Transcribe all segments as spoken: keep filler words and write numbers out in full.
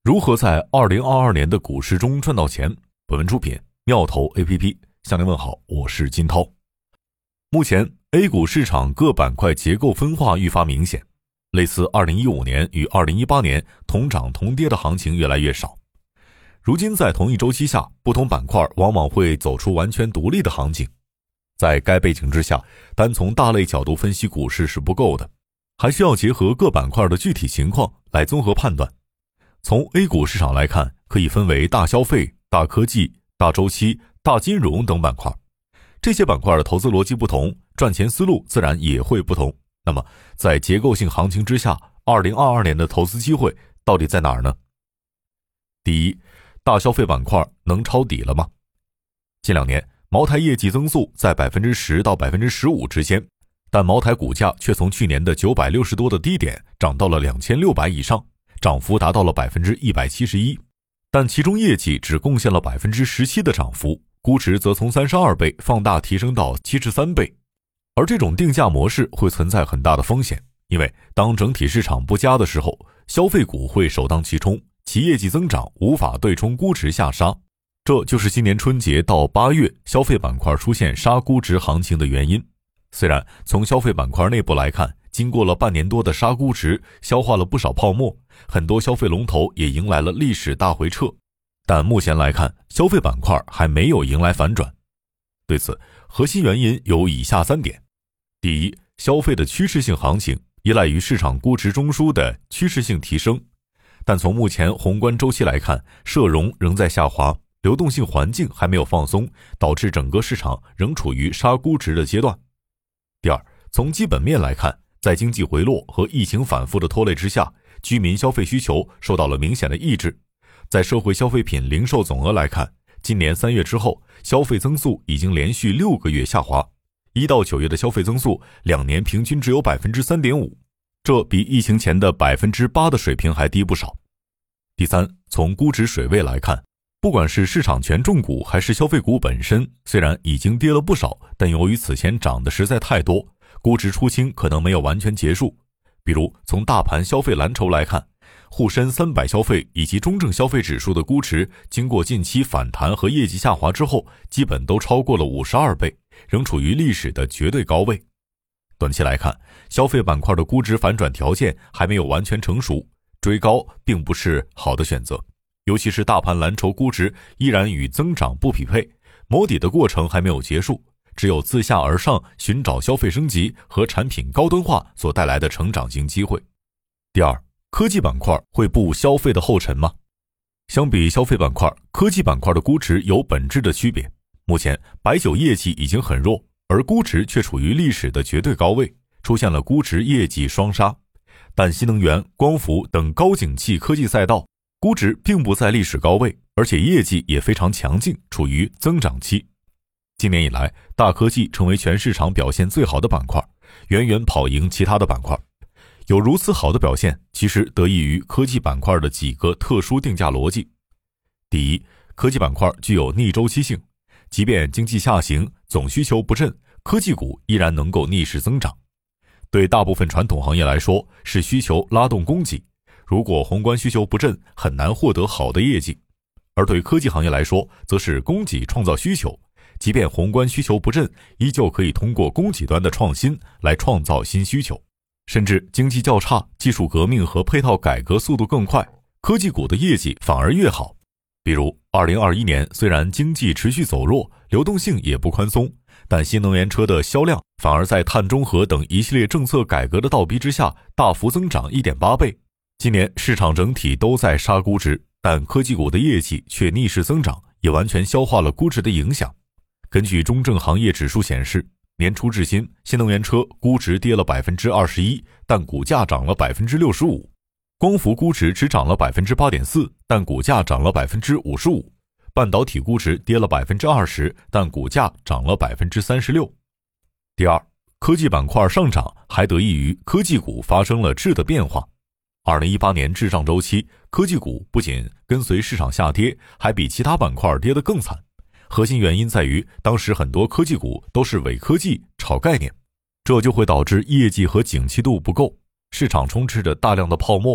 如何在二零二二年的股市中赚到钱？本文出品妙投 A P P， 向您问好，我是金涛。目前 A 股市场各板块结构分化愈发明显，类似二零一五年与二零一八年同涨同跌的行情越来越少。如今在同一周期下，不同板块往往会走出完全独立的行情。在该背景之下，单从大类角度分析股市是不够的，还需要结合各板块的具体情况来综合判断。从 A 股市场来看，可以分为大消费、大科技、大周期、大金融等板块。这些板块的投资逻辑不同，赚钱思路自然也会不同。那么在结构性行情之下，二零二二年的投资机会到底在哪儿呢？第一，大消费板块能抄底了吗？近两年茅台业绩增速在 百分之十 到 百分之十五 之间，但茅台股价却从去年的九百六十多的低点涨到了两千六百以上，涨幅达到了 百分之一百七十一， 但其中业绩只贡献了 百分之十七 的涨幅，估值则从三十二倍放大提升到七十三倍。而这种定价模式会存在很大的风险，因为当整体市场不佳的时候，消费股会首当其冲，其业绩增长无法对冲估值下杀，这就是今年春节到八月消费板块出现杀估值行情的原因。虽然从消费板块内部来看，经过了半年多的杀估值，消化了不少泡沫，很多消费龙头也迎来了历史大回撤，但目前来看，消费板块还没有迎来反转。对此，核心原因有以下三点。第一，消费的趋势性行情依赖于市场估值中枢的趋势性提升，但从目前宏观周期来看，社融仍在下滑，流动性环境还没有放松，导致整个市场仍处于杀估值的阶段。第二，从基本面来看，在经济回落和疫情反复的拖累之下，居民消费需求受到了明显的抑制。在社会消费品零售总额来看，今年三月之后，消费增速已经连续六个月下滑，一到九月的消费增速两年平均只有 百分之三点五， 这比疫情前的 百分之八 的水平还低不少。第三，从估值水位来看，不管是市场权重股还是消费股本身，虽然已经跌了不少，但由于此前涨得实在太多，估值出清可能没有完全结束。比如从大盘消费蓝筹来看，沪深三百消费以及中证消费指数的估值经过近期反弹和业绩下滑之后，基本都超过了五十二倍，仍处于历史的绝对高位。短期来看，消费板块的估值反转条件还没有完全成熟，追高并不是好的选择，尤其是大盘蓝筹估值依然与增长不匹配，摸底的过程还没有结束，只有自下而上寻找消费升级和产品高端化所带来的成长型机会。第二，科技板块会步消费的后尘吗？相比消费板块，科技板块的估值有本质的区别。目前白酒业绩已经很弱，而估值却处于历史的绝对高位，出现了估值业绩双杀。但新能源、光伏等高景气科技赛道估值并不在历史高位，而且业绩也非常强劲，处于增长期。今年以来，大科技成为全市场表现最好的板块，远远跑赢其他的板块。有如此好的表现，其实得益于科技板块的几个特殊定价逻辑。第一，科技板块具有逆周期性，即便经济下行，总需求不振，科技股依然能够逆势增长。对大部分传统行业来说，是需求拉动供给，如果宏观需求不振，很难获得好的业绩。而对科技行业来说，则是供给创造需求，即便宏观需求不振，依旧可以通过供给端的创新来创造新需求。甚至经济较差，技术革命和配套改革速度更快，科技股的业绩反而越好。比如二零二一年虽然经济持续走弱，流动性也不宽松，但新能源车的销量反而在碳中和等一系列政策改革的倒逼之下，大幅增长 一点八倍。今年市场整体都在杀估值，但科技股的业绩却逆势增长，也完全消化了估值的影响。根据中证行业指数显示，年初至今，新能源车估值跌了 百分之二十一， 但股价涨了 百分之六十五。光伏估值只涨了 百分之八点四， 但股价涨了 百分之五十五。半导体估值跌了 百分之二十， 但股价涨了 百分之三十六。第二，科技板块上涨还得益于科技股发生了质的变化。二零一八年滞胀周期，科技股不仅跟随市场下跌，还比其他板块跌得更惨。核心原因在于当时很多科技股都是伪科技炒概念，这就会导致业绩和景气度不够，市场充斥着大量的泡沫。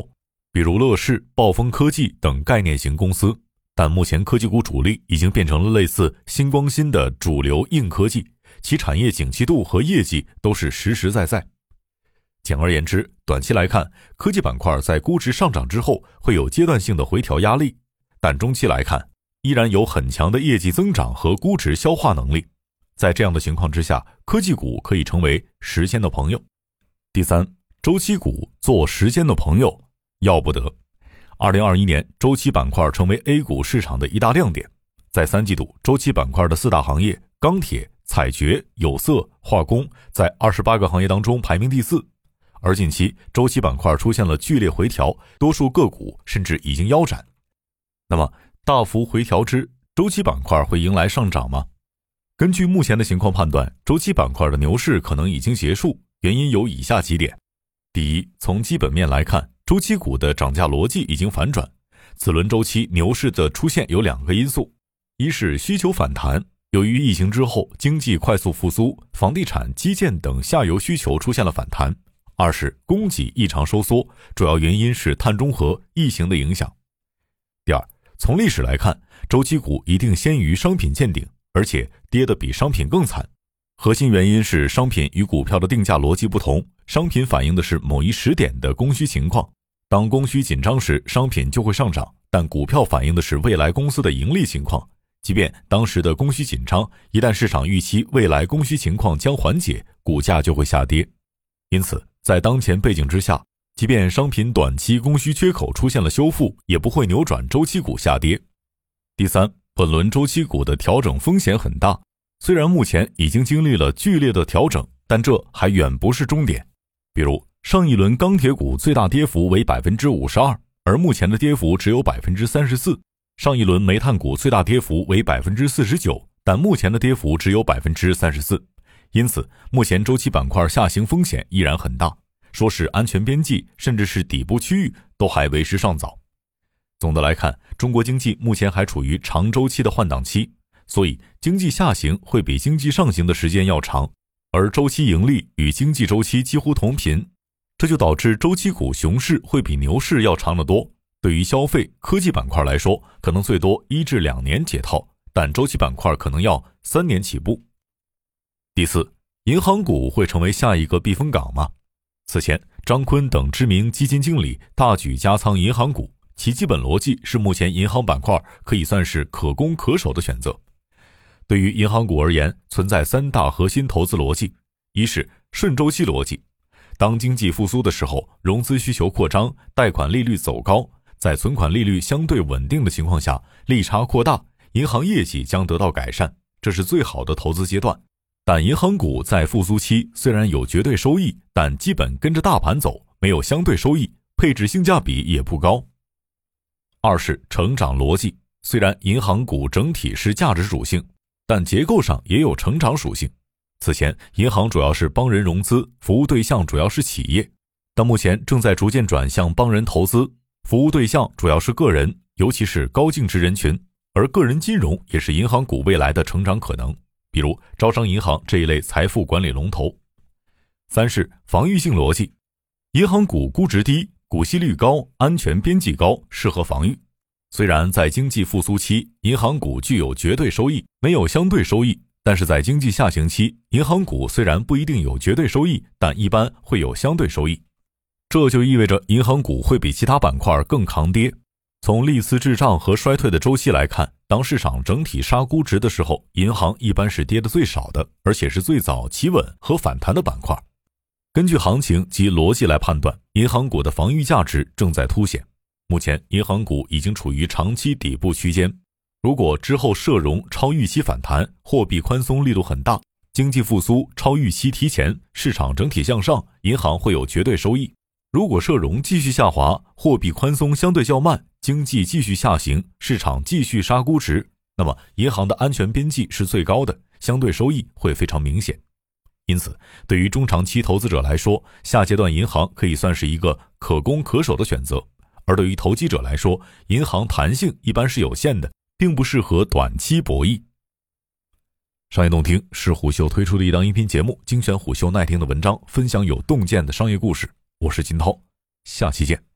比如乐视、暴风科技等概念型公司，但目前科技股主力已经变成了类似新光芯的主流硬科技，其产业景气度和业绩都是实实在在。简而言之，短期来看，科技板块在估值上涨之后会有阶段性的回调压力，但中期来看，依然有很强的业绩增长和估值消化能力。在这样的情况之下，科技股可以成为时间的朋友。第三，周期股做时间的朋友要不得。二零二一年，周期板块成为 A 股市场的一大亮点。在三季度，周期板块的四大行业钢铁、采掘、有色、化工在二十八个行业当中排名第四。而近期，周期板块出现了剧烈回调，多数个股甚至已经腰斩。那么，大幅回调之周期板块会迎来上涨吗？根据目前的情况判断，周期板块的牛市可能已经结束，原因有以下几点。第一，从基本面来看，周期股的涨价逻辑已经反转。此轮周期牛市的出现有两个因素，一是需求反弹，由于疫情之后经济快速复苏，房地产、基建等下游需求出现了反弹；二是供给异常收缩，主要原因是碳中和、疫情的影响。第二，从历史来看，周期股一定先于商品见顶，而且跌得比商品更惨。核心原因是商品与股票的定价逻辑不同，商品反映的是某一时点的供需情况，当供需紧张时，商品就会上涨，但股票反映的是未来公司的盈利情况。即便当时的供需紧张，一旦市场预期未来供需情况将缓解，股价就会下跌。因此，在当前背景之下，即便商品短期供需缺口出现了修复，也不会扭转周期股下跌。第三，本轮周期股的调整风险很大，虽然目前已经经历了剧烈的调整，但这还远不是终点。比如上一轮钢铁股最大跌幅为 百分之五十二， 而目前的跌幅只有 百分之三十四。 上一轮煤炭股最大跌幅为 百分之四十九， 但目前的跌幅只有 百分之三十四。 因此目前周期板块下行风险依然很大，说是安全边际甚至是底部区域都还为时尚早。总的来看，中国经济目前还处于长周期的换挡期，所以经济下行会比经济上行的时间要长，而周期盈利与经济周期几乎同频，这就导致周期股熊市会比牛市要长得多。对于消费、科技板块来说，可能最多一至两年解套，但周期板块可能要三年起步。第四，银行股会成为下一个避风港吗？此前，张坤等知名基金经理大举加仓银行股，其基本逻辑是目前银行板块可以算是可攻可守的选择。对于银行股而言，存在三大核心投资逻辑。一是顺周期逻辑，当经济复苏的时候，融资需求扩张，贷款利率走高，在存款利率相对稳定的情况下，利差扩大，银行业绩将得到改善，这是最好的投资阶段。但银行股在复苏期虽然有绝对收益，但基本跟着大盘走，没有相对收益，配置性价比也不高。二是成长逻辑，虽然银行股整体是价值属性，但结构上也有成长属性。此前银行主要是帮人融资，服务对象主要是企业，但目前正在逐渐转向帮人投资，服务对象主要是个人，尤其是高净值人群，而个人金融也是银行股未来的成长可能，比如招商银行这一类财富管理龙头。三是防御性逻辑，银行股估值低，股息率高，安全边际高，适合防御。虽然在经济复苏期，银行股具有绝对收益，没有相对收益，但是在经济下行期，银行股虽然不一定有绝对收益，但一般会有相对收益。这就意味着银行股会比其他板块更抗跌。从历次滞胀和衰退的周期来看，当市场整体杀估值的时候，银行一般是跌得最少的，而且是最早企稳和反弹的板块。根据行情及逻辑来判断，银行股的防御价值正在凸显。目前银行股已经处于长期底部区间，如果之后社融超预期反弹，货币宽松力度很大，经济复苏超预期提前，市场整体向上，银行会有绝对收益。如果社融继续下滑，货币宽松相对较慢，经济继续下行，市场继续杀估值，那么银行的安全边际是最高的，相对收益会非常明显。因此，对于中长期投资者来说，下阶段银行可以算是一个可攻可守的选择。而对于投机者来说，银行弹性一般是有限的，并不适合短期博弈。商业洞听是虎嗅推出的一档音频节目，精选虎嗅耐听的文章，分享有洞见的商业故事。我是金涛，下期见。